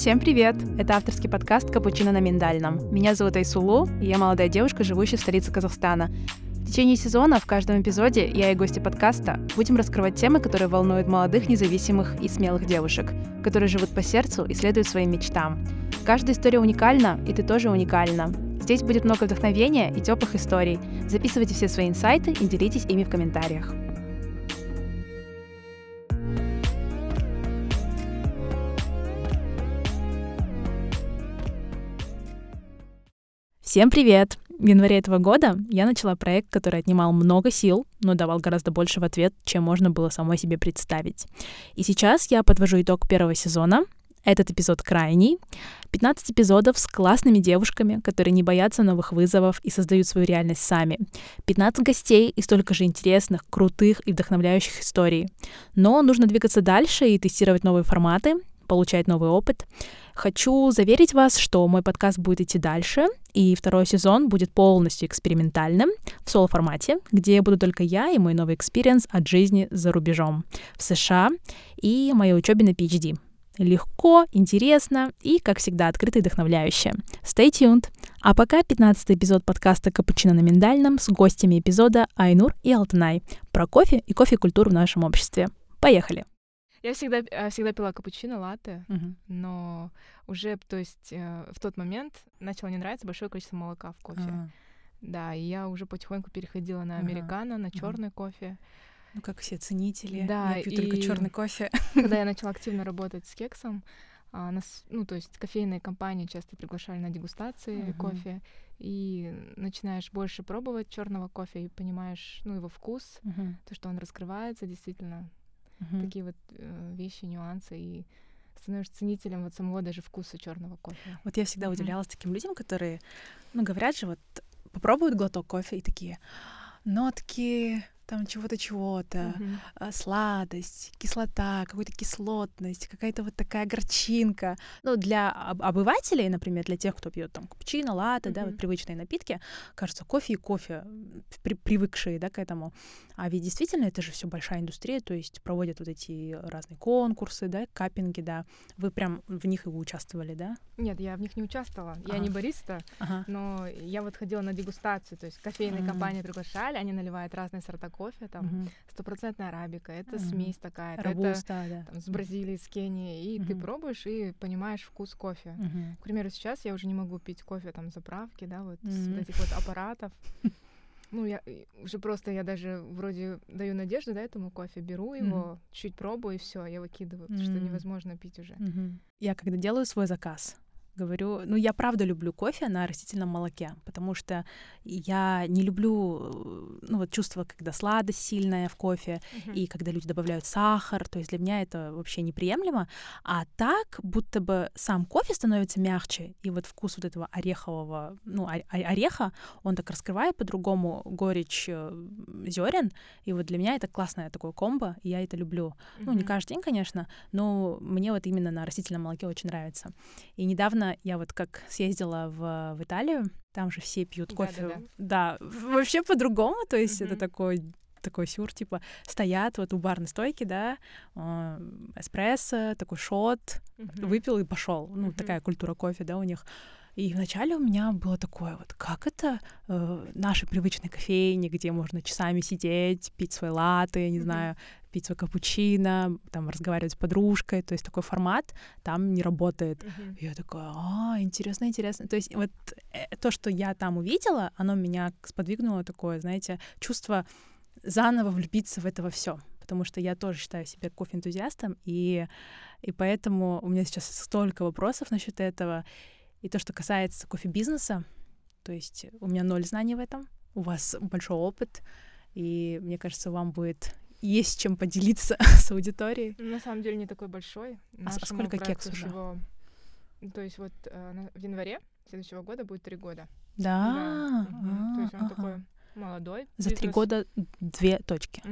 Всем привет! Это авторский подкаст «Капучино на миндальном». Меня зовут Айсулу, и я молодая девушка, живущая в столице Казахстана. В течение сезона в каждом эпизоде я и гости подкаста будем раскрывать темы, которые волнуют молодых, независимых и смелых девушек, которые живут по сердцу и следуют своим мечтам. Каждая история уникальна, и ты тоже уникальна. Здесь будет много вдохновения и теплых историй. Записывайте все свои инсайты и делитесь ими в комментариях. Всем привет! В январе этого года я начала проект, который отнимал много сил, но давал гораздо больше в ответ, чем можно было самой себе представить. И сейчас я подвожу итог первого сезона. Этот эпизод крайний. 15 эпизодов с классными девушками, которые не боятся новых вызовов и создают свою реальность сами. 15 гостей и столько же интересных, крутых и вдохновляющих историй. Но нужно двигаться дальше и тестировать новые форматы, получать новый опыт. Хочу заверить вас, что мой подкаст будет идти дальше, и второй сезон будет полностью экспериментальным в соло-формате, где буду только я и мой новый экспириенс от жизни за рубежом, в США и моей учебе на PhD. Легко, интересно и, как всегда, открыто и вдохновляюще. Stay tuned! А пока 15-й эпизод подкаста «Капучино на миндальном» с гостями эпизода Айнур и Алтынай про кофе и кофе-культуру в нашем обществе. Поехали! Я всегда пила капучино, латте, но уже, то есть, в тот момент начало не нравиться большое количество молока в кофе. Да, и я уже потихоньку переходила на американо, на черный кофе. Ну, как все ценители, да, я пью только черный кофе. Когда я начала активно работать с кексом, то есть кофейные компании часто приглашали на дегустации кофе, и начинаешь больше пробовать черного кофе и понимаешь, его вкус, то, что он раскрывается действительно. Такие вот вещи, нюансы, и становишься ценителем вот самого даже вкуса черного кофе. Вот я всегда удивлялась таким людям, которые, говорят же, вот попробуют глоток кофе и такие нотки там чего-то, сладость, кислота, какая-то кислотность, какая-то вот такая горчинка. Ну, для обывателей, например, для тех, кто пьет там капучино, латте, да, вот привычные напитки, кажется, кофе и кофе, привыкшие, да, к этому. А ведь действительно это же все большая индустрия, то есть проводят вот эти разные конкурсы, да, каппинги, да. Вы прям в них и вы участвовали, да? Нет, я в них не участвовала. Я не бариста, но я вот ходила на дегустацию, то есть кофейные компании приглашали, они наливают разные сорта кофе, там 100% арабика, это смесь такая-то, Робуста, это там, с Бразилии, с Кении, и ты пробуешь и понимаешь вкус кофе. К примеру, сейчас я уже не могу пить кофе там заправки, да, вот с вот этих вот аппаратов. Я даже вроде даю надежду, да, этому кофе, беру его, чуть пробую, и все, я выкидываю, потому что невозможно пить уже. Я когда делаю свой заказ, говорю, я правда люблю кофе на растительном молоке, потому что я не люблю, чувство, когда сладость сильная в кофе, и когда люди добавляют сахар, то есть для меня это вообще неприемлемо, а так, будто бы сам кофе становится мягче, и вот вкус вот этого орехового, ореха, он так раскрывает по-другому горечь зерен, и вот для меня это классное такое комбо, и я это люблю. Не каждый день, конечно, но мне вот именно на растительном молоке очень нравится. И недавно я вот как съездила в Италию, там же все пьют кофе. Да, вообще по-другому, то есть это такой сюр, типа стоят вот у барной стойки, да, эспрессо, такой шот, выпил и пошел. Такая культура кофе, да, у них. И вначале у меня было такое вот, как это наши привычные кофейни, где можно часами сидеть, пить свой латте, я не знаю, пить свой капучино, там разговаривать с подружкой, то есть такой формат там не работает. И я такая, интересно. То есть вот то, что я там увидела, оно меня сподвигнуло такое, знаете, чувство заново влюбиться в это все. Потому что я тоже считаю себя кофе-энтузиастом, и поэтому у меня сейчас столько вопросов насчет этого. И то, что касается кофе-бизнеса, то есть у меня 0 знаний в этом, у вас большой опыт, и мне кажется, вам будет есть чем поделиться с аудиторией. На самом деле не такой большой. А сколько кекс уже? То есть вот в январе следующего года будет 3 года. Да. То есть он такой молодой. За 3 года 2 точки.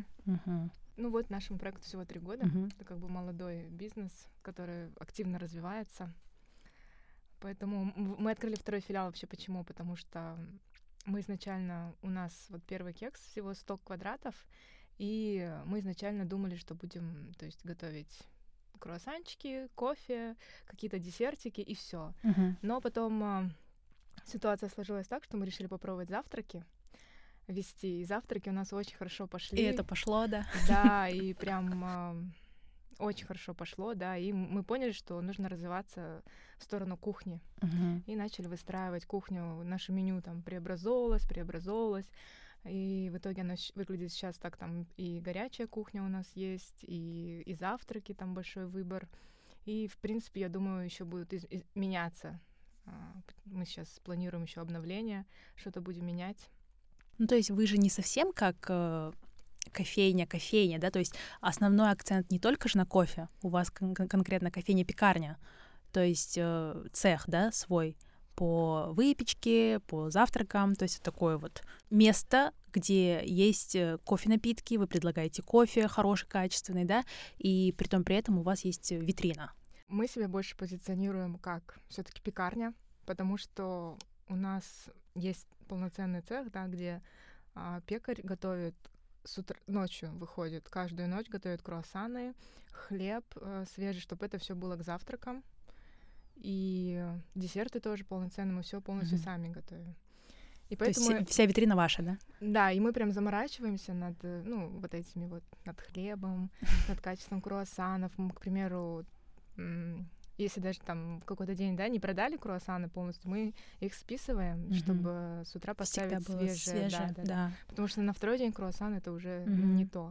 Нашему проекту всего 3 года. Это как бы молодой бизнес, который активно развивается. Поэтому мы открыли второй филиал вообще. Почему? Потому что мы изначально, у нас вот первый кекс всего 100 квадратов, и мы изначально думали, что будем, то есть, готовить круассанчики, кофе, какие-то десертики и все. Мгм. Но потом ситуация сложилась так, что мы решили попробовать завтраки вести. И завтраки у нас очень хорошо И пошли. это пошло, да? Да, и прям очень хорошо пошло, да. И мы поняли, что нужно развиваться в сторону кухни. Мгм. И начали выстраивать кухню. Наше меню там преобразовывалось. И в итоге оно выглядит сейчас так, там и горячая кухня у нас есть, и завтраки, там большой выбор. И, в принципе, я думаю, еще будут меняться. Мы сейчас планируем еще обновление, что-то будем менять. Ну, то есть вы же не совсем как кофейня, да? То есть основной акцент не только же на кофе, у вас конкретно кофейня-пекарня, то есть цех, да, свой по выпечке, по завтракам, то есть такое вот место, где есть кофе-напитки, вы предлагаете кофе хороший, качественный, да, и при этом у вас есть витрина. Мы себя больше позиционируем как все-таки пекарня, потому что у нас есть полноценный цех, да, где пекарь готовит ночью выходит, каждую ночь готовит круассаны, хлеб свежий, чтобы это все было к завтракам. И десерты тоже полноценные, мы все полностью сами готовим. И поэтому... То есть вся витрина ваша, да? Да, и мы прям заморачиваемся над, вот этими вот, над хлебом, над качеством круассанов. Мы, к примеру, если даже там в какой-то день, да, не продали круассаны полностью, мы их списываем, чтобы с утра поставить свежие. Да. Потому что на второй день круассан — это уже не то.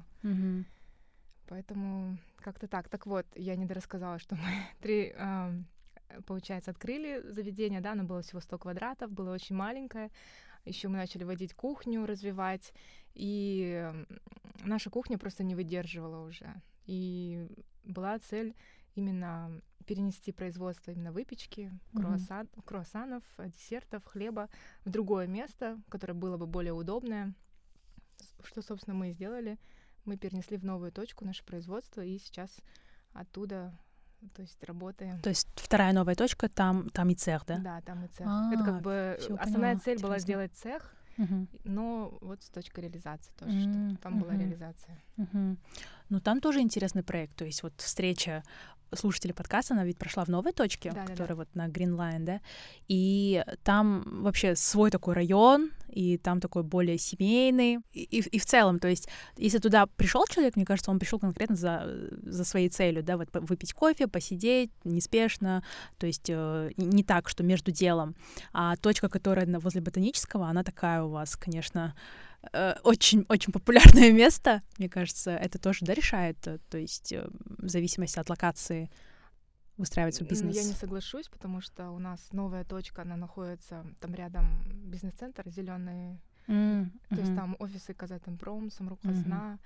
Поэтому как-то так. Так вот, я недорассказала, что мы получается, открыли заведение, да, оно было всего 100 квадратов, было очень маленькое. Еще мы начали водить кухню, развивать, и наша кухня просто не выдерживала уже. И была цель именно перенести производство именно выпечки, круассанов, десертов, хлеба в другое место, которое было бы более удобное. Что, собственно, мы и сделали. Мы перенесли в новую точку наше производство, и сейчас оттуда... То есть работаем. То есть вторая новая точка, там и цех, да? Да, там и цех. Это как бы основная цель была сделать цех, но вот с точки реализации тоже, чтобы там была реализация. Ну, там тоже интересный проект. То есть вот встреча слушателей подкаста, она ведь прошла в новой точке, которая вот на Green Line, да, и там вообще свой такой район, и там такой более семейный, и в целом, то есть если туда пришел человек, мне кажется, он пришел конкретно за своей целью, да, вот выпить кофе, посидеть неспешно, то есть не так, что между делом, а точка, которая возле Ботанического, она такая у вас, конечно, очень-очень популярное место, мне кажется, это тоже, да, решает, то есть в зависимости от локации выстраивать свой бизнес. Я не соглашусь, потому что у нас новая точка, она находится там рядом бизнес-центр зеленый, то есть там офисы Казатомпром, Самрук-Казна,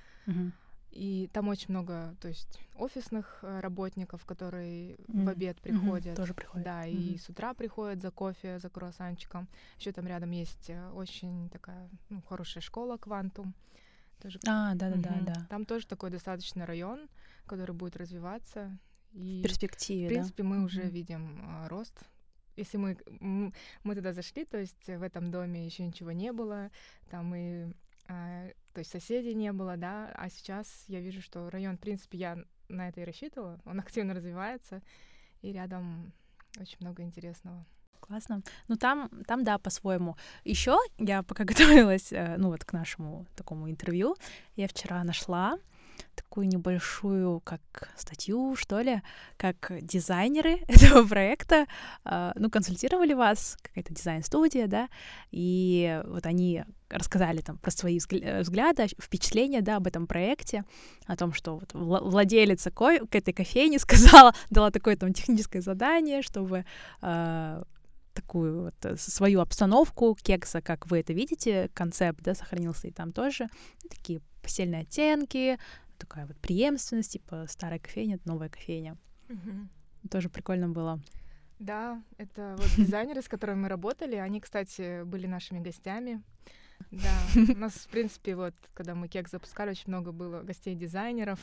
и там очень много, то есть офисных работников, которые в обед приходят. Тоже приходят. Да, и с утра приходят за кофе, за круассанчиком. Еще там рядом есть очень такая хорошая школа «Квантум». Тоже... Да. Там тоже такой достаточно район, который будет развиваться. И в перспективе, в принципе, мы уже видим рост. Если мы туда зашли, то есть в этом доме еще ничего не было, там и... то есть соседей не было, да, а сейчас я вижу, что район, в принципе, я на это и рассчитывала, он активно развивается, и рядом очень много интересного. Классно. Ну, там, да, по-своему. Еще я пока готовилась, вот к нашему такому интервью, я вчера нашла такую небольшую, как статью, что ли, как дизайнеры этого проекта, консультировали вас, какая-то дизайн-студия, да, и вот они рассказали там про свои взгляды, впечатления, да, об этом проекте, о том, что вот владелица к этой кофейни сказала, дала такое там техническое задание, чтобы такую вот свою обстановку кекса, как вы это видите, концепт, да, сохранился и там тоже, такие постельные оттенки, такая вот преемственность, типа старая кофейня, новая кофейня. Тоже прикольно было. Да, это вот дизайнеры, с которыми мы работали, они, кстати, были нашими гостями. Да, у нас, в принципе, вот, когда мы кекс запускали, очень много было гостей-дизайнеров.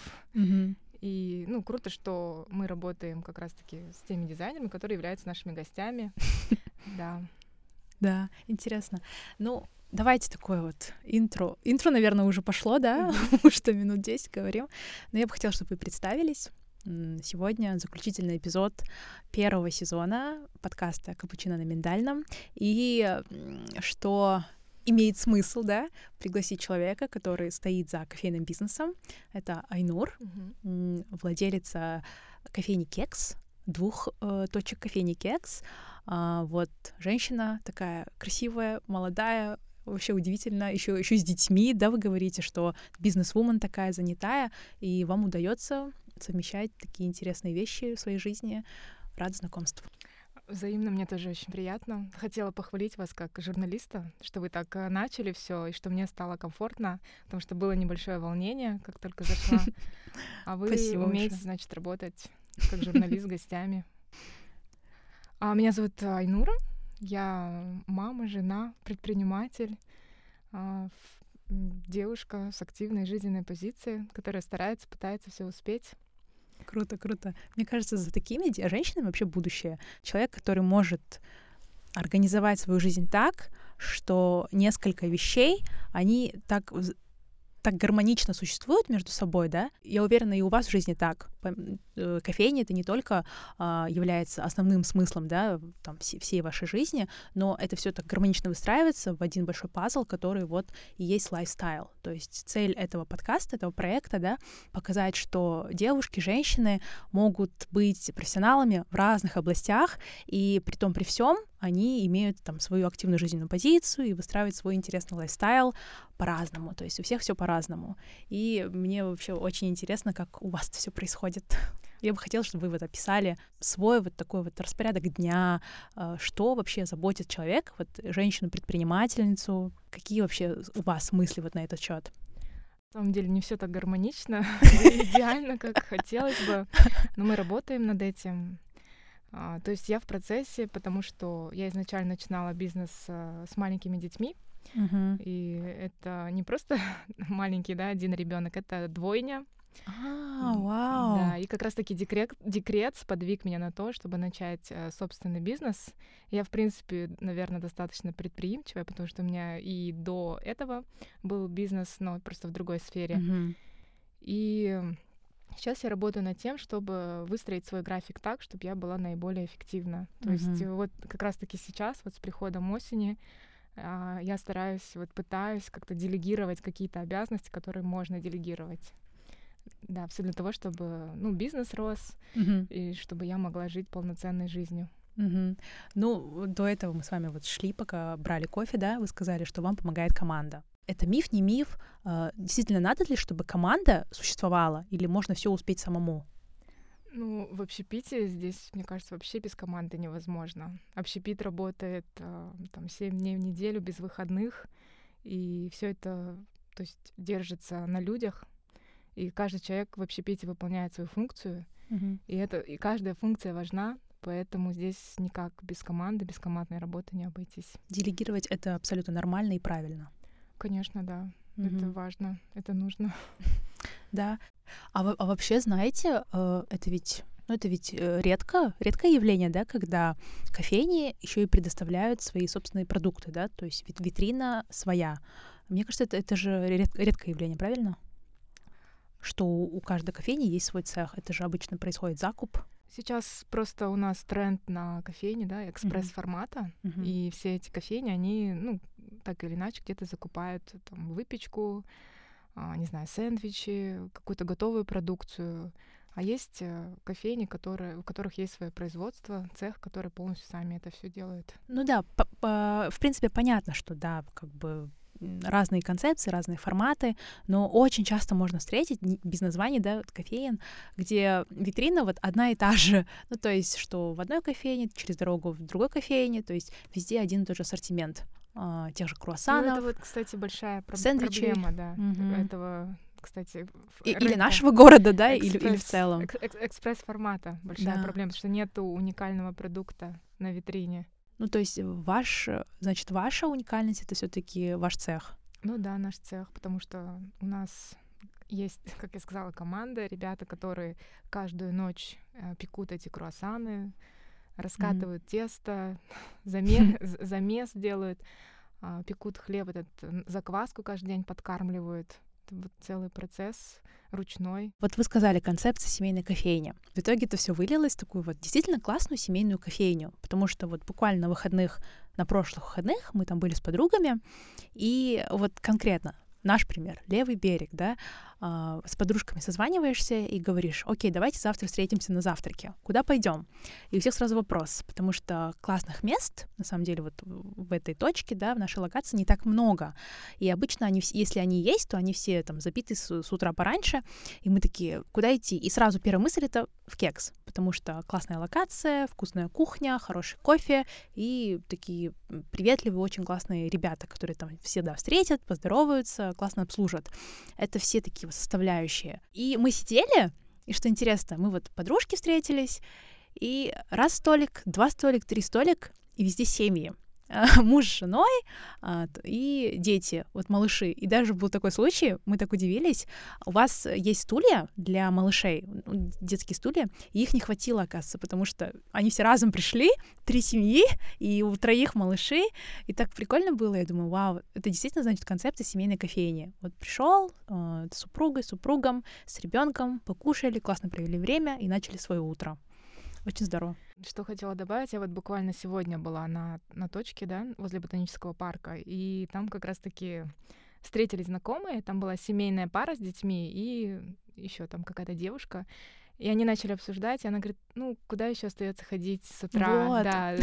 И, круто, что мы работаем как раз-таки с теми дизайнерами, которые являются нашими гостями. Да. Да, интересно. Давайте такое вот интро. Интро, наверное, уже пошло, да? Потому что минут 10 говорим. Но я бы хотела, чтобы вы представились. Сегодня заключительный эпизод первого сезона подкаста «Капучино на миндальном». И что имеет смысл, да, пригласить человека, который стоит за кофейным бизнесом. Это Айнур, владелица кофейни «Кекс», 2 точек кофейни «Кекс». Вот женщина такая красивая, молодая, вообще удивительно, еще с детьми, да, вы говорите, что бизнес-вумен такая занятая, и вам удается совмещать такие интересные вещи в своей жизни. Рада знакомству. Взаимно, мне тоже очень приятно. Хотела похвалить вас как журналиста, что вы так начали все, и что мне стало комфортно, потому что было небольшое волнение, как только зашла. А вы умеете, значит, работать как журналист с гостями. Меня зовут Айнура. Я мама, жена, предприниматель, девушка с активной жизненной позицией, которая старается, пытается все успеть. Круто, круто. Мне кажется, за такими женщинами вообще будущее. Человек, который может организовать свою жизнь так, что несколько вещей, они так гармонично существуют между собой, да? Я уверена, и у вас в жизни так. Кофейня — это не только является основным смыслом, да, там, всей вашей жизни, но это все так гармонично выстраивается в один большой пазл, который вот и есть лайфстайл. То есть цель этого подкаста, этого проекта, да, показать, что девушки, женщины могут быть профессионалами в разных областях, и при всем они имеют там свою активную жизненную позицию и выстраивают свой интересный лайфстайл по-разному. То есть у всех все по-разному. И мне вообще очень интересно, как у вас это все происходит. Я бы хотела, чтобы вы вот описали свой вот такой вот распорядок дня, что вообще заботит человека, вот женщину-предпринимательницу, какие вообще у вас мысли вот на этот счет? На самом деле не все так гармонично, идеально, как хотелось бы, но мы работаем над этим. То есть я в процессе, потому что я изначально начинала бизнес с маленькими детьми, и это не просто маленький, да, один ребенок, это двойня. Вау! Да, и как раз-таки декрет сподвиг меня на то, чтобы начать собственный бизнес. Я, в принципе, наверное, достаточно предприимчивая, потому что у меня и до этого был бизнес, но просто в другой сфере. И сейчас я работаю над тем, чтобы выстроить свой график так, чтобы я была наиболее эффективна. То есть вот как раз-таки сейчас, вот с приходом осени, я стараюсь, вот пытаюсь как-то делегировать какие-то обязанности, которые можно делегировать. Да, все для того, чтобы, бизнес рос, и чтобы я могла жить полноценной жизнью. Ну, до этого мы с вами вот шли, пока брали кофе, да, вы сказали, что вам помогает команда. Это миф, не миф? Действительно, надо ли, чтобы команда существовала, или можно все успеть самому? В общепите здесь, мне кажется, вообще без команды невозможно. Общепит работает 7 дней в неделю без выходных, и все это, то есть, держится на людях, и каждый человек в общепите выполняет свою функцию, и каждая функция важна, поэтому здесь никак без команды, без командной работы не обойтись. Делегировать — это абсолютно нормально и правильно. Конечно, да. Это важно, это нужно. Да. А вообще, знаете, это ведь редкое явление, да, когда кофейни еще и предоставляют свои собственные продукты, да, то есть витрина своя. Мне кажется, это же редкое явление, правильно? Что у каждой кофейни есть свой цех. Это же обычно происходит закуп. Сейчас просто у нас тренд на кофейни, да, экспресс-формата, и все эти кофейни, они, так или иначе, где-то закупают там выпечку, не знаю, сэндвичи, какую-то готовую продукцию. А есть кофейни, у которых есть свое производство, цех, который полностью сами это все делают. Ну да, в принципе, понятно, что да, как бы разные концепции, разные форматы, но очень часто можно встретить без названий, да, кофеен, где витрина вот одна и та же. Ну, то есть, что в одной кофейне, через дорогу в другой кофейне, то есть везде один и тот же ассортимент тех же круассанов. Это вот, кстати, большая сэндвичей. Проблема, да, этого, кстати, или нашего города, да, или в целом. Экспресс-формата большая проблема, потому что нету уникального продукта на витрине. Ну, то есть ваша уникальность — это все-таки ваш цех? Ну да, наш цех, потому что у нас есть, как я сказала, команда, ребята, которые каждую ночь пекут эти круассаны, раскатывают тесто, замес делают, пекут хлеб, закваску каждый день подкармливают. Это вот целый процесс ручной. Вот вы сказали концепция семейной кофейни. В итоге это все вылилось в такую вот действительно классную семейную кофейню, потому что вот буквально на выходных, на прошлых выходных мы там были с подругами, и вот конкретно наш пример, левый берег, да, с подружками созваниваешься и говоришь: окей, давайте завтра встретимся на завтраке. Куда пойдем? И у всех сразу вопрос, потому что классных мест, на самом деле, вот в этой точке, да, в нашей локации не так много. И обычно они, если они есть, то они все там забиты с утра пораньше, и мы такие: куда идти? И сразу первая мысль — это в Кекс, потому что классная локация, вкусная кухня, хороший кофе и такие приветливые, очень классные ребята, которые там всегда встретят, поздороваются, классно обслужат. Это все такие вот составляющие. И мы сидели, и что интересно, мы вот подружки встретились, и раз столик, два столик, три столик, и везде семьи. Муж с женой и дети, вот малыши. И даже был такой случай, мы так удивились, у вас есть стулья для малышей, детские стулья, и их не хватило, оказывается, потому что они все разом пришли, 3 семьи, и у 3 малыши, и так прикольно было. Я думаю, вау, это действительно, значит, концепция семейной кофейни. Вот пришел с супругой, супругом, с ребенком, покушали, классно провели время и начали свое утро. Очень здорово. Что хотела добавить, я вот буквально сегодня была на точке, да, возле ботанического парка, и там как раз-таки встретились знакомые, там была семейная пара с детьми и еще там какая-то девушка, и они начали обсуждать, и она говорит: ну, куда еще остается ходить с утра, Вот. да,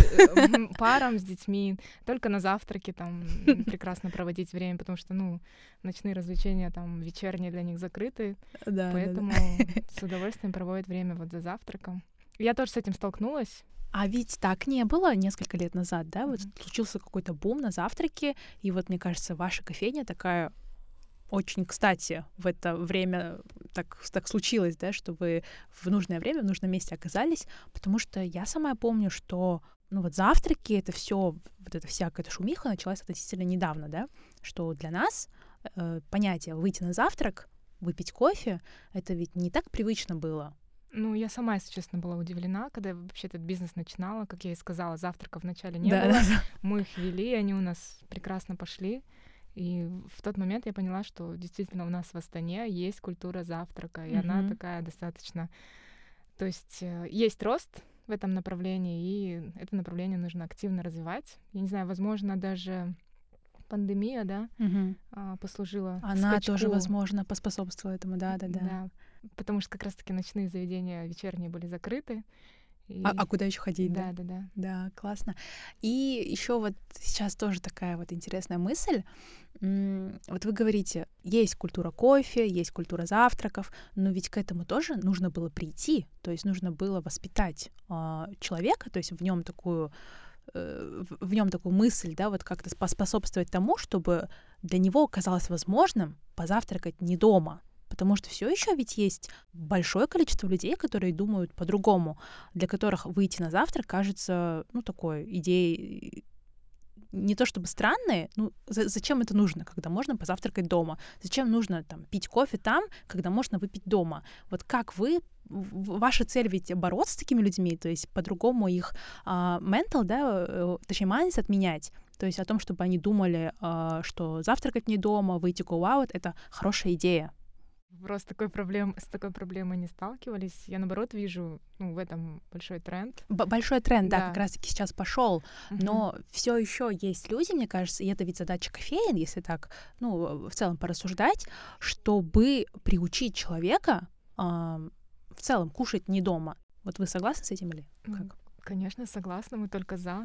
парам с детьми, только на завтраке там прекрасно проводить время, потому что, ну, ночные развлечения там вечерние для них закрыты, поэтому с удовольствием проводят время вот за завтраком. Я тоже с этим столкнулась. А ведь так не было несколько лет назад, да? Вот случился какой-то бум на завтраки, и вот, мне кажется, ваша кофейня такая очень кстати в это время так случилось, да, что вы в нужное время, в нужном месте оказались, потому что я сама помню, что ну вот завтраки, это все, вот эта вся какая-то шумиха началась относительно недавно, да, что для нас понятие выйти на завтрак, выпить кофе, это ведь не так привычно было. Ну, я сама, если честно, была удивлена, когда я вообще этот бизнес начинала. Как я и сказала, завтраков вначале не было. Мы их вели, они у нас прекрасно пошли. И в тот момент я поняла, что действительно у нас в Астане есть культура завтрака, и она такая достаточно... То есть есть рост в этом направлении, и это направление нужно активно развивать. Я не знаю, возможно, даже пандемия, да, послужила Она скачку. тоже, возможно, поспособствовала этому, да. Потому что как раз-таки ночные заведения вечерние были закрыты. И... А куда еще ходить? Да. Да, классно. И еще вот сейчас тоже такая вот интересная мысль. Вот вы говорите, есть культура кофе, есть культура завтраков, но ведь к этому тоже нужно было прийти, то есть нужно было воспитать человека, то есть в нем такую мысль, да, вот как-то поспособствовать тому, чтобы для него казалось возможным позавтракать не дома. Потому что все еще ведь есть большое количество людей, которые думают по-другому, для которых выйти на завтрак кажется, ну, такой идеей не то чтобы странной, ну, зачем это нужно, когда можно позавтракать дома? Зачем нужно там пить кофе там, когда можно выпить дома? Вот как вы, ваша цель ведь бороться с такими людьми, то есть по-другому их ментал, да, точнее, mindset менять, то есть о том, чтобы они думали, что завтракать не дома, выйти go out — это хорошая идея. Просто с такой проблемой не сталкивались. Я, наоборот, вижу в этом большой тренд. Большой тренд, да, как раз-таки сейчас пошел. Но все еще есть люди, мне кажется, и это ведь задача кофеин, если так, ну, в целом порассуждать, чтобы приучить человека в целом кушать не дома. Вот вы согласны с этим или как? Конечно, согласна, мы только за.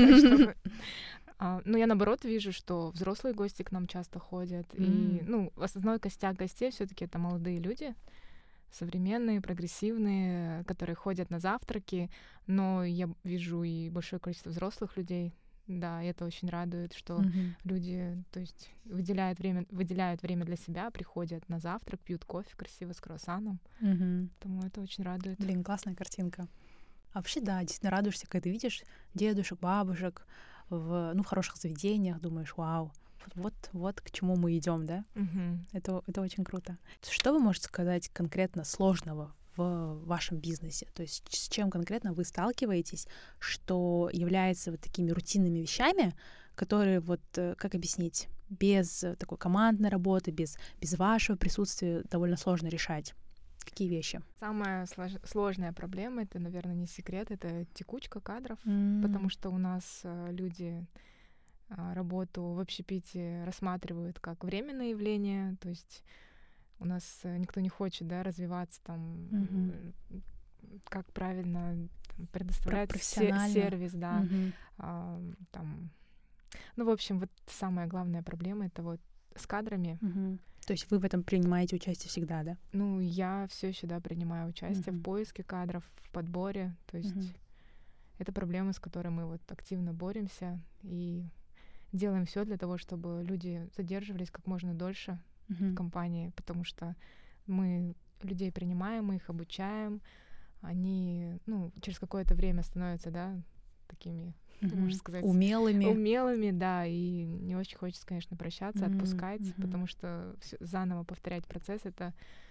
Но я, наоборот, вижу, что взрослые гости к нам часто ходят. И, ну, основной костяк гостей все-таки это молодые люди, современные, прогрессивные, которые ходят на завтраки. Но я вижу и большое количество взрослых людей. Да, и это очень радует, что люди, то есть, выделяют время для себя, приходят на завтрак, пьют кофе красиво с круассаном. Поэтому это очень радует. Блин, классная картинка. А вообще, да, действительно радуешься, когда ты видишь дедушек, бабушек в хороших заведениях, думаешь, вау, вот к чему мы идем, да? Это очень круто. Что вы можете сказать конкретно сложного в вашем бизнесе? То есть с чем конкретно вы сталкиваетесь, что является вот такими рутинными вещами, которые вот, как объяснить, без такой командной работы, без вашего присутствия довольно сложно решать? Какие вещи? Самая сложная проблема, это, наверное, не секрет, это текучка кадров, потому что у нас люди работу в общепите рассматривают как временное явление, то есть у нас никто не хочет, да, развиваться там, как правильно там, предоставлять сервис, да, там. Ну, в общем, вот самая главная проблема — это вот с кадрами. То есть вы в этом принимаете участие всегда, да? Ну, я все еще, да, принимаю участие в поиске кадров, в подборе, то есть это проблема, с которой мы вот активно боремся и делаем все для того, чтобы люди задерживались как можно дольше в компании, потому что мы людей принимаем, мы их обучаем, они, ну, через какое-то время становятся, да, такими, можно сказать, умелыми, да, и не очень хочется, конечно, прощаться, отпускать, потому что заново повторять процесс — это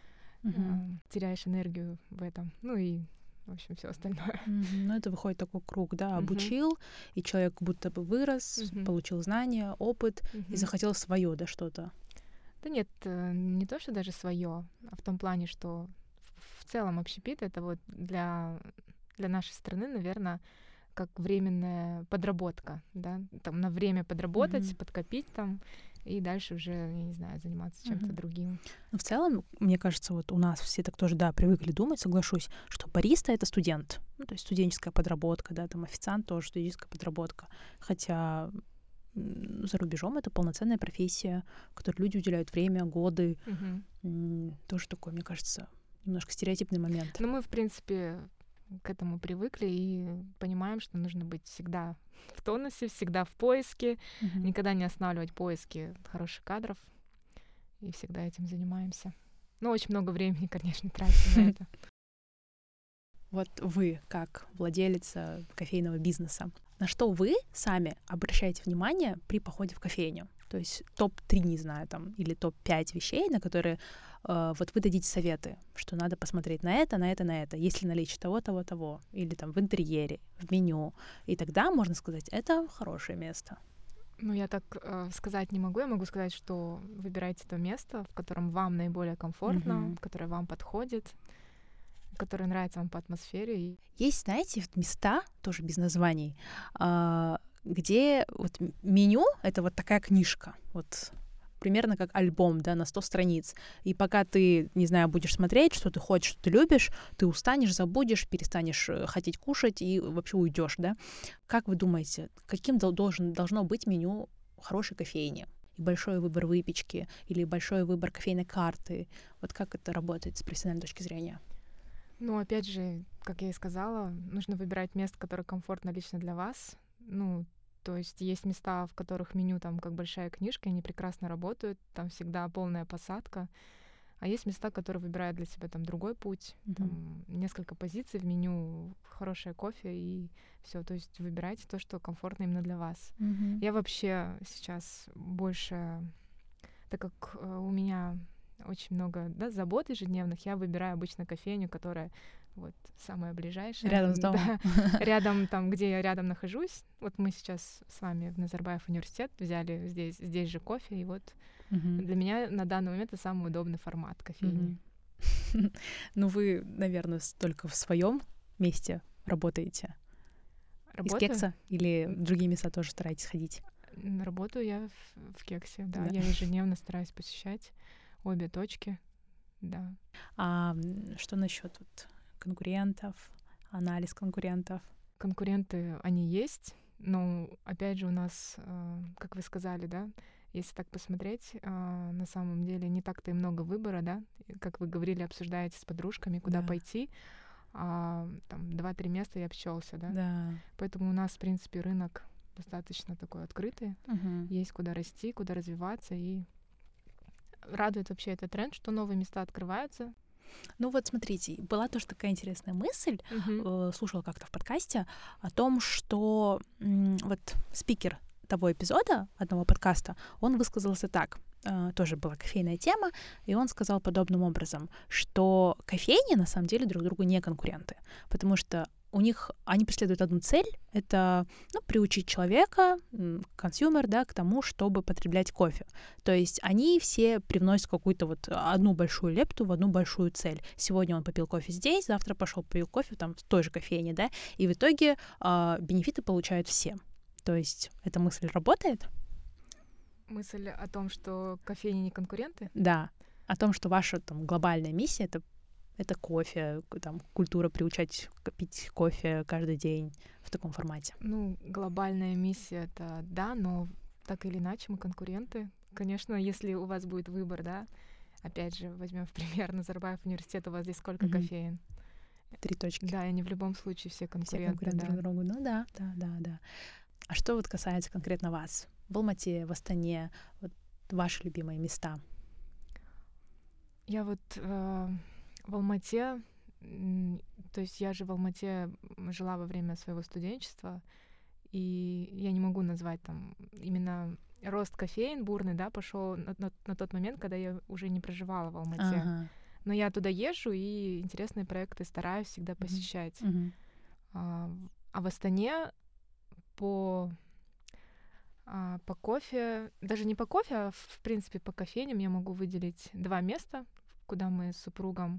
теряешь энергию в этом, ну и в общем, все остальное. Ну, это выходит такой круг, да, обучил, и человек будто бы вырос, получил знания, опыт, и захотел свое, да, что-то. Да нет, не то, что даже свое, а в том плане, что в целом общепит — это вот для нашей страны, наверное, как временная подработка, да, там на время подработать, подкопить там, и дальше уже, я не знаю, заниматься чем-то другим. Но в целом, мне кажется, вот у нас все так тоже, да, привыкли думать, соглашусь, что бариста — это студент, ну, то есть студенческая подработка, да, там официант тоже студенческая подработка, хотя за рубежом это полноценная профессия, в которой люди уделяют время, годы, тоже такой, мне кажется, немножко стереотипный момент. Ну, мы, в принципе, к этому привыкли и понимаем, что нужно быть всегда в тонусе, всегда в поиске, никогда не останавливать поиски хороших кадров, и всегда этим занимаемся. Но очень много времени, конечно, тратим на это. Вот вы, как владелица кофейного бизнеса, на что вы сами обращаете внимание при походе в кофейню? То есть топ-3, не знаю, там, или топ-5 вещей, на которые вот вы дадите советы, что надо посмотреть на это, на это, на это, есть ли наличие того, того, того, или там в интерьере, в меню. И тогда можно сказать, это хорошее место. Ну, я так сказать не могу. Я могу сказать, что выбирайте то место, в котором вам наиболее комфортно, которое вам подходит, которое нравится вам по атмосфере. Есть, знаете, места, тоже без названий, где вот меню — это вот такая книжка, вот примерно как альбом, да, на 100 страниц. И пока ты, не знаю, будешь смотреть, что ты хочешь, что ты любишь, ты устанешь, забудешь, перестанешь хотеть кушать и вообще уйдешь, да? Как вы думаете, каким должно быть меню хорошей кофейни? И большой выбор выпечки или большой выбор кофейной карты? Вот как это работает с профессиональной точки зрения? Ну, опять же, как я и сказала, нужно выбирать место, которое комфортно лично для вас. Ну, то есть есть места, в которых меню там как большая книжка, они прекрасно работают, там всегда полная посадка. А есть места, которые выбирают для себя там другой путь, там несколько позиций в меню, хорошее кофе и все. То есть выбирайте то, что комфортно именно для вас. Я вообще сейчас больше, так как у меня очень много, да, забот ежедневных, я выбираю обычно кофейню, которая вот самая ближайшая. Рядом с домом. Да, рядом, там, где я рядом нахожусь. Вот мы сейчас с вами в Назарбаев университет взяли здесь же кофе, и вот для меня на данный момент это самый удобный формат кофейни. Ну, вы, наверное, только в своем месте работаете? Из Кекса? Или в другие места тоже стараетесь ходить? Работаю я в Кексе, да. Я ежедневно стараюсь посещать обе точки, да. А что насчет вот конкурентов, анализ конкурентов? Конкуренты, они есть, но, опять же, у нас, как вы сказали, да, если так посмотреть, на самом деле не так-то и много выбора, да, как вы говорили, обсуждаете с подружками, куда пойти, там 2-3 места и обчелся, да? Поэтому у нас, в принципе, рынок достаточно такой открытый, есть куда расти, куда развиваться, и радует вообще этот тренд, что новые места открываются. Ну вот смотрите, была тоже такая интересная мысль, слушала как-то в подкасте о том, что вот спикер того эпизода, одного подкаста, он высказался так, тоже была кофейная тема, и он сказал подобным образом, что кофейни на самом деле друг другу не конкуренты, потому что у них, они преследуют одну цель, это, ну, приучить человека, консюмер, да, к тому, чтобы потреблять кофе. То есть они все привносят какую-то вот одну большую лепту в одну большую цель. Сегодня он попил кофе здесь, завтра пошел попил кофе там в той же кофейне, да, и в итоге бенефиты получают все. То есть эта мысль работает? Мысль о том, что кофейни не конкуренты? Да. О том, что ваша там глобальная миссия это кофе, там, культура приучать пить кофе каждый день в таком формате. Ну, глобальная миссия — это да, но так или иначе мы конкуренты. Конечно, если у вас будет выбор, да, опять же, возьмем в пример Назарбаев университет, у вас здесь сколько кофеин? 3 точки. Да, и они в любом случае все конкуренты. Все конкуренты друг другу. Ну да. А что вот касается конкретно вас? В Алмате, в Астане, вот ваши любимые места? Я вот в Алмате, то есть я же в Алмате жила во время своего студенчества, и я не могу назвать там именно рост кофеин бурный, да, пошел на тот момент, когда я уже не проживала в Алмате. Ага. Но я туда езжу и интересные проекты стараюсь всегда посещать. А в Астане по кофе, даже не по кофе, а в принципе по кофейням я могу выделить 2 места, куда мы с супругом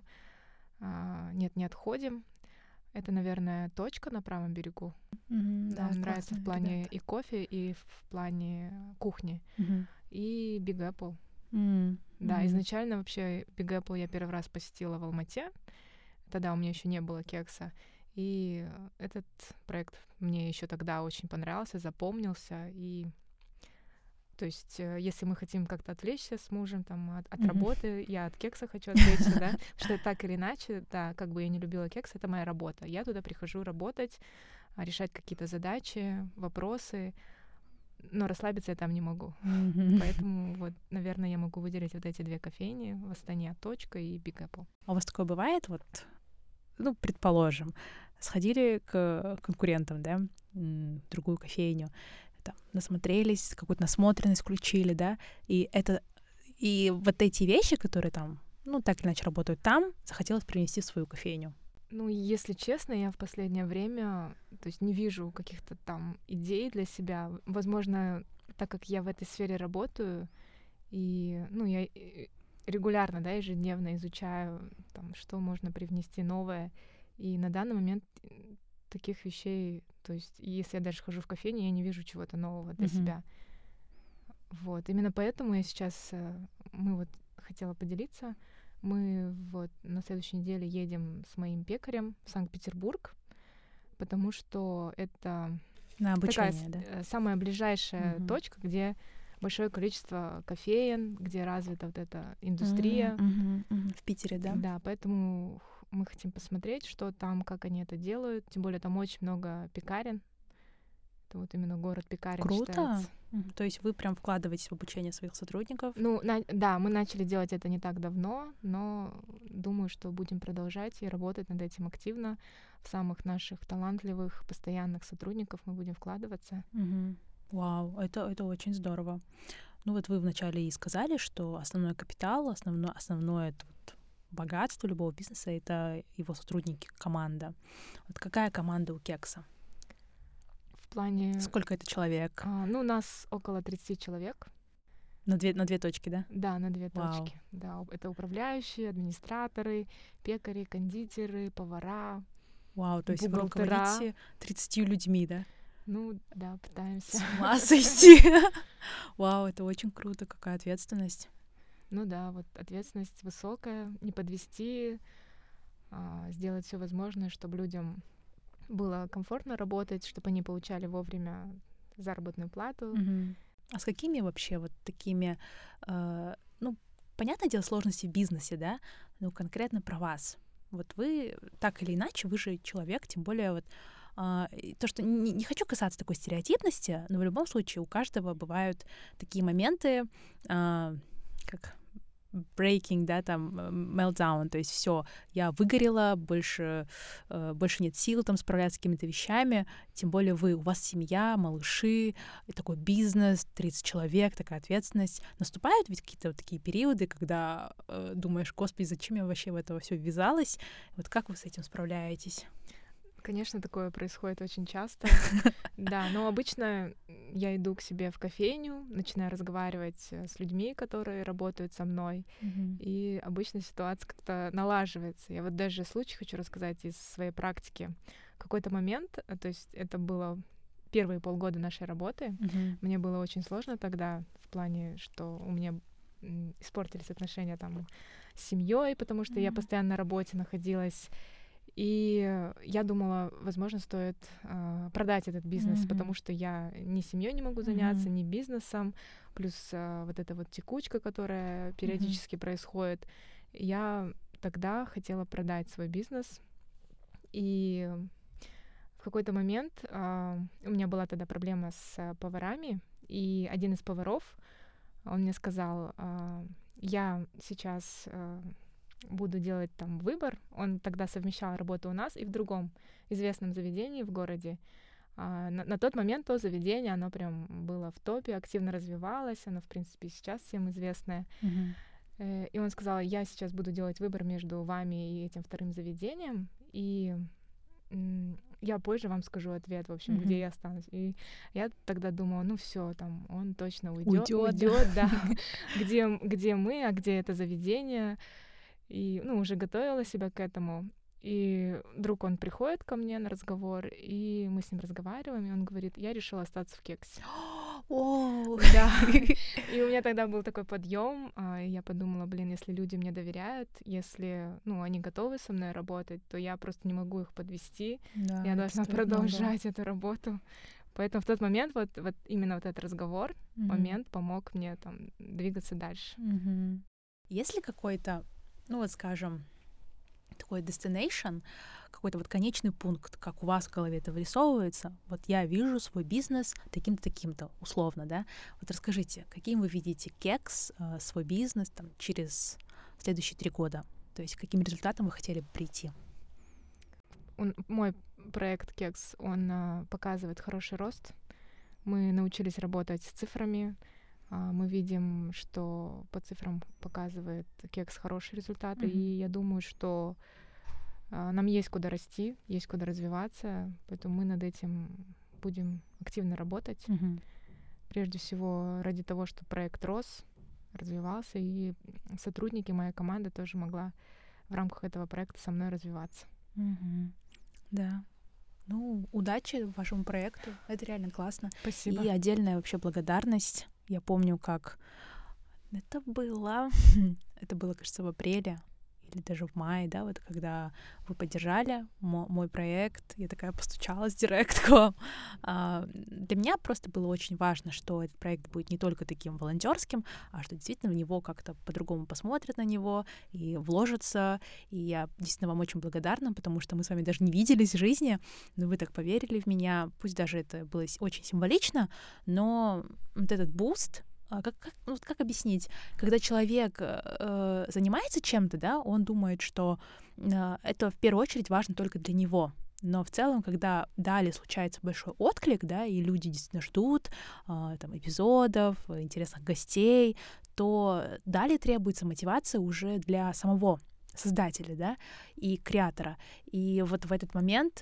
не отходим. Это, наверное, точка на правом берегу. Да, Нам нравится в плане ребята. и кофе, и в плане кухни. И Big Apple. Да, изначально вообще Big Apple я первый раз посетила в Алмате. Тогда у меня еще не было кекса. И этот проект мне еще тогда очень понравился, запомнился. И то есть, если мы хотим как-то отвлечься с мужем там, от работы, я от кекса хочу отвлечься, да, что так или иначе, да, как бы я не любила кекс, это моя работа. Я туда прихожу работать, решать какие-то задачи, вопросы, но расслабиться я там не могу. Поэтому вот, наверное, я могу выделить вот эти 2 кофейни в Астане, «Точка» и Big Apple. А у вас такое бывает, вот, ну, предположим, сходили к конкурентам, да, в другую кофейню, там, насмотрелись, какую-то насмотренность включили, да, и вот эти вещи, которые там, ну, так или иначе работают там, захотелось привнести в свою кофейню. Ну, если честно, я в последнее время, то есть не вижу каких-то там идей для себя. Возможно, так как я в этой сфере работаю, и, ну, я регулярно, да, ежедневно изучаю, там, что можно привнести новое. И на данный момент таких вещей, то есть если я даже хожу в кофейню, я не вижу чего-то нового для себя. Вот. Именно поэтому я сейчас, мы вот хотела поделиться, мы вот на следующей неделе едем с моим пекарем в Санкт-Петербург, потому что это На обучение, такая самая ближайшая точка, где большое количество кофеен, где развита вот эта индустрия. В Питере, да? Да, поэтому мы хотим посмотреть, что там, как они это делают. Тем более там очень много пекарен. Это вот именно город пекарен. Круто. Считается. То есть вы прям вкладываетесь в обучение своих сотрудников? Ну, да, мы начали делать это не так давно, но думаю, что будем продолжать и работать над этим активно. В самых наших талантливых, постоянных сотрудников мы будем вкладываться. Вау, это очень здорово. Ну вот вы вначале и сказали, что основной капитал, основное это вот богатство любого бизнеса — это его сотрудники, команда. Вот какая команда у Кекса? В плане... Сколько это человек? Ну, у нас около 30 человек. На две точки, да? Да, на 2 Вау. точки. Да, это управляющие, администраторы, пекари, кондитеры, повара. Вау, то есть вы бухгалтера. руководите 30 людьми, да? Ну, да, пытаемся. С ума сойти. Вау, это очень круто, какая ответственность. Ну да, вот ответственность высокая, не подвести, сделать все возможное, чтобы людям было комфортно работать, чтобы они получали вовремя заработную плату. А с какими вообще вот такими, ну, понятное дело, сложности в бизнесе, да, но конкретно про вас? Вот вы, так или иначе, вы же человек, тем более вот то, что не хочу касаться такой стереотипности, но в любом случае у каждого бывают такие моменты, как breaking, да, там, meltdown, то есть все, я выгорела, больше нет сил там справляться с какими-то вещами, тем более у вас семья, малыши, и такой бизнес, 30 человек, такая ответственность. Наступают ведь какие-то вот такие периоды, когда думаешь, господи, зачем я вообще в это все ввязалась? Вот как вы с этим справляетесь? Конечно, такое происходит очень часто. Да, но обычно я иду к себе в кофейню, начинаю разговаривать с людьми, которые работают со мной, и обычно ситуация как-то налаживается. Я вот даже случай хочу рассказать из своей практики. В какой-то момент, то есть это было первые полгода нашей работы, мне было очень сложно тогда в плане, что у меня испортились отношения там с семьей, потому что я постоянно на работе находилась. И я думала, возможно, стоит продать этот бизнес, потому что я ни семьей не могу заняться, ни бизнесом, плюс вот эта вот текучка, которая периодически происходит. Я тогда хотела продать свой бизнес, и в какой-то момент у меня была тогда проблема с поварами, и один из поваров, он мне сказал, я сейчас буду делать там выбор. Он тогда совмещал работу у нас и в другом известном заведении в городе. На тот момент то заведение, оно прям было в топе, активно развивалось, оно, в принципе, сейчас всем известное. И он сказал, я сейчас буду делать выбор между вами и этим вторым заведением, и я позже вам скажу ответ, в общем, где я останусь. И я тогда думала, ну все, там он точно уйдет, да. Где мы, а где это заведение? И, уже готовила себя к этому. И вдруг он приходит ко мне на разговор, и мы с ним разговариваем, и он говорит, я решила остаться в Кексе. Да. И у меня тогда был такой подъем, и я подумала, если люди мне доверяют, если, они готовы со мной работать, то я просто не могу их подвести. Да, я должна продолжать эту работу. Поэтому в тот момент вот именно вот этот разговор, момент помог мне там двигаться дальше. Есть ли какой-то, скажем, такой destination, какой-то вот конечный пункт, как у вас в голове это вырисовывается? Вот я вижу свой бизнес таким-то, таким-то, условно, да? Вот расскажите, каким вы видите кекс, свой бизнес там, через следующие 3 года? То есть к каким результатам вы хотели бы прийти? Мой проект Кекс, он показывает хороший рост. Мы научились работать с цифрами. Мы видим, что по цифрам показывает Кекс хорошие результаты, и я думаю, что нам есть куда расти, есть куда развиваться, поэтому мы над этим будем активно работать. Прежде всего ради того, чтобы проект рос, развивался, и сотрудники, моя команда тоже могла в рамках этого проекта со мной развиваться. Да. Удачи вашему проекту. Это реально классно. Спасибо. И отдельная вообще благодарность. Я помню, как это было, кажется, в апреле или даже в мае, да, вот когда вы поддержали мой проект, я такая постучалась директ к вам. Для меня просто было очень важно, что этот проект будет не только таким волонтерским, а что действительно в него как-то по-другому посмотрят на него и вложатся. И я действительно вам очень благодарна, потому что мы с вами даже не виделись в жизни, но вы так поверили в меня, пусть даже это было очень символично, но вот этот буст, как объяснить? Когда человек занимается чем-то, да, он думает, что это в первую очередь важно только для него. Но в целом, когда далее случается большой отклик, да, и люди действительно ждут там, эпизодов, интересных гостей, то далее требуется мотивация уже для самого создателя, да, и креатора. И вот в этот момент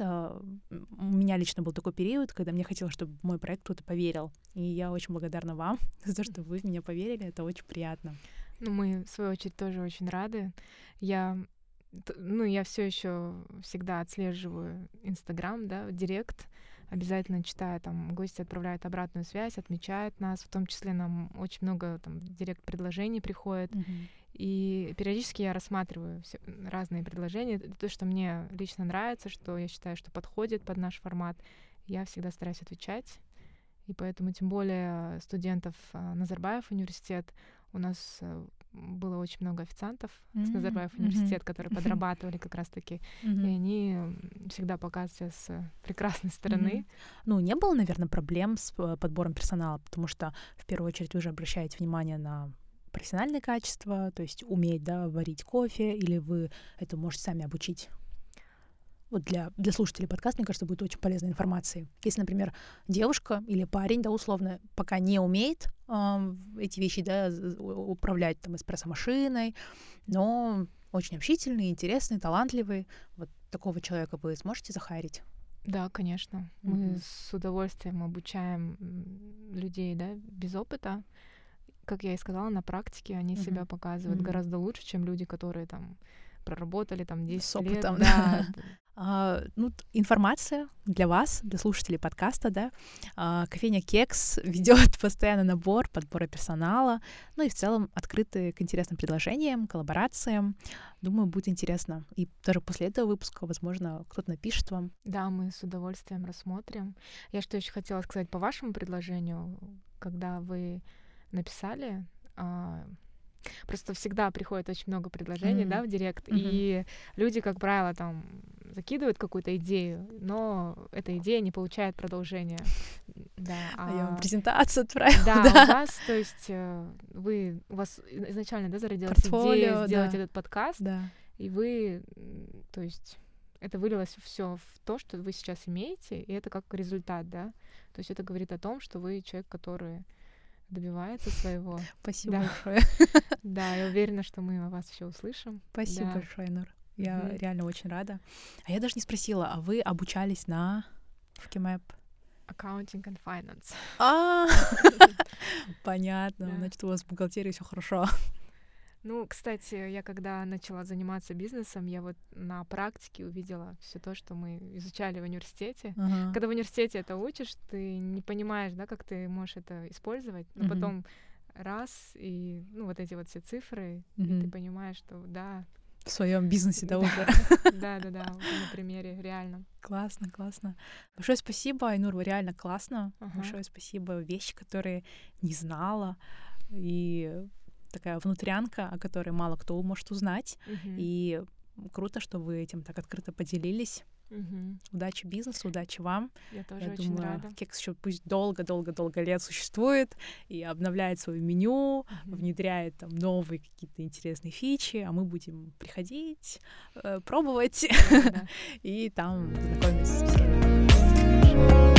у меня лично был такой период, когда мне хотелось, чтобы в мой проект кто-то поверил. И я очень благодарна вам за то, что вы в меня поверили. Это очень приятно. Мы, в свою очередь, тоже очень рады. Я все еще всегда отслеживаю Инстаграм, да, Директ. Обязательно читаю, там, гости отправляют обратную связь, отмечают нас. В том числе нам очень много там директ-предложений приходит. И периодически я рассматриваю разные предложения. То, что мне лично нравится, что я считаю, что подходит под наш формат, я всегда стараюсь отвечать. И поэтому, тем более, студентов Назарбаев университет, у нас было очень много официантов с Назарбаев университет, которые подрабатывали как раз-таки, и они всегда показывают себя с прекрасной стороны. Не было, наверное, проблем с подбором персонала, потому что, в первую очередь, вы же обращаете внимание на профессиональные качества, то есть уметь, да, варить кофе, или вы это можете сами обучить? Вот для слушателей подкаста, мне кажется, будет очень полезной информацией. Если, например, девушка или парень, да, условно, пока не умеет эти вещи, да, управлять там эспрессо-машиной, но очень общительный, интересный, талантливый, вот такого человека вы сможете захайрить? Да, конечно. Мы с удовольствием обучаем людей, да, без опыта. Как я и сказала, на практике они себя показывают гораздо лучше, чем люди, которые там проработали там 10 с опытом, лет. Да. Информация для вас, для слушателей подкаста, да. Кофейня Кекс ведет постоянно подбора персонала, ну и в целом открыты к интересным предложениям, коллаборациям. Думаю, будет интересно. И даже после этого выпуска, возможно, кто-то напишет вам. Да, мы с удовольствием рассмотрим. Я что еще хотела сказать по вашему предложению, когда вы написали, просто всегда приходит очень много предложений, да, в директ, и люди, как правило, там закидывают какую-то идею, но эта идея не получает продолжения. Да, я вам презентацию отправила. Да, у вас, то есть у вас изначально, да, зародилась идея сделать этот подкаст, и вы, то есть это вылилось все в то, что вы сейчас имеете, и это как результат, да, то есть это говорит о том, что вы человек, который добивается своего. Спасибо большое. Да, я уверена, что мы о вас еще услышим. Спасибо большое, Нур. Я реально очень рада. А я даже не спросила, а вы обучались на FKMAP? Accounting and Finance. Понятно. Значит, у вас в бухгалтерии все хорошо. Ну, кстати, я когда начала заниматься бизнесом, я вот на практике увидела все то, что мы изучали в университете. Когда в университете это учишь, ты не понимаешь, да, как ты можешь это использовать, но потом раз, и ну вот эти вот все цифры, и ты понимаешь, что да. В своем бизнесе, да, уже. Да, вот на примере, реально. Классно. Большое спасибо, Айнур, вы реально классно. Большое спасибо. Вещи, которые не знала. И такая внутрянка, о которой мало кто может узнать. И круто, что вы этим так открыто поделились. Удачи бизнесу, удачи вам. Я тоже очень рада. Кекс еще пусть долго-долго-долго лет существует и обновляет свое меню, внедряет там новые какие-то интересные фичи, а мы будем приходить, пробовать и там знакомиться со всеми.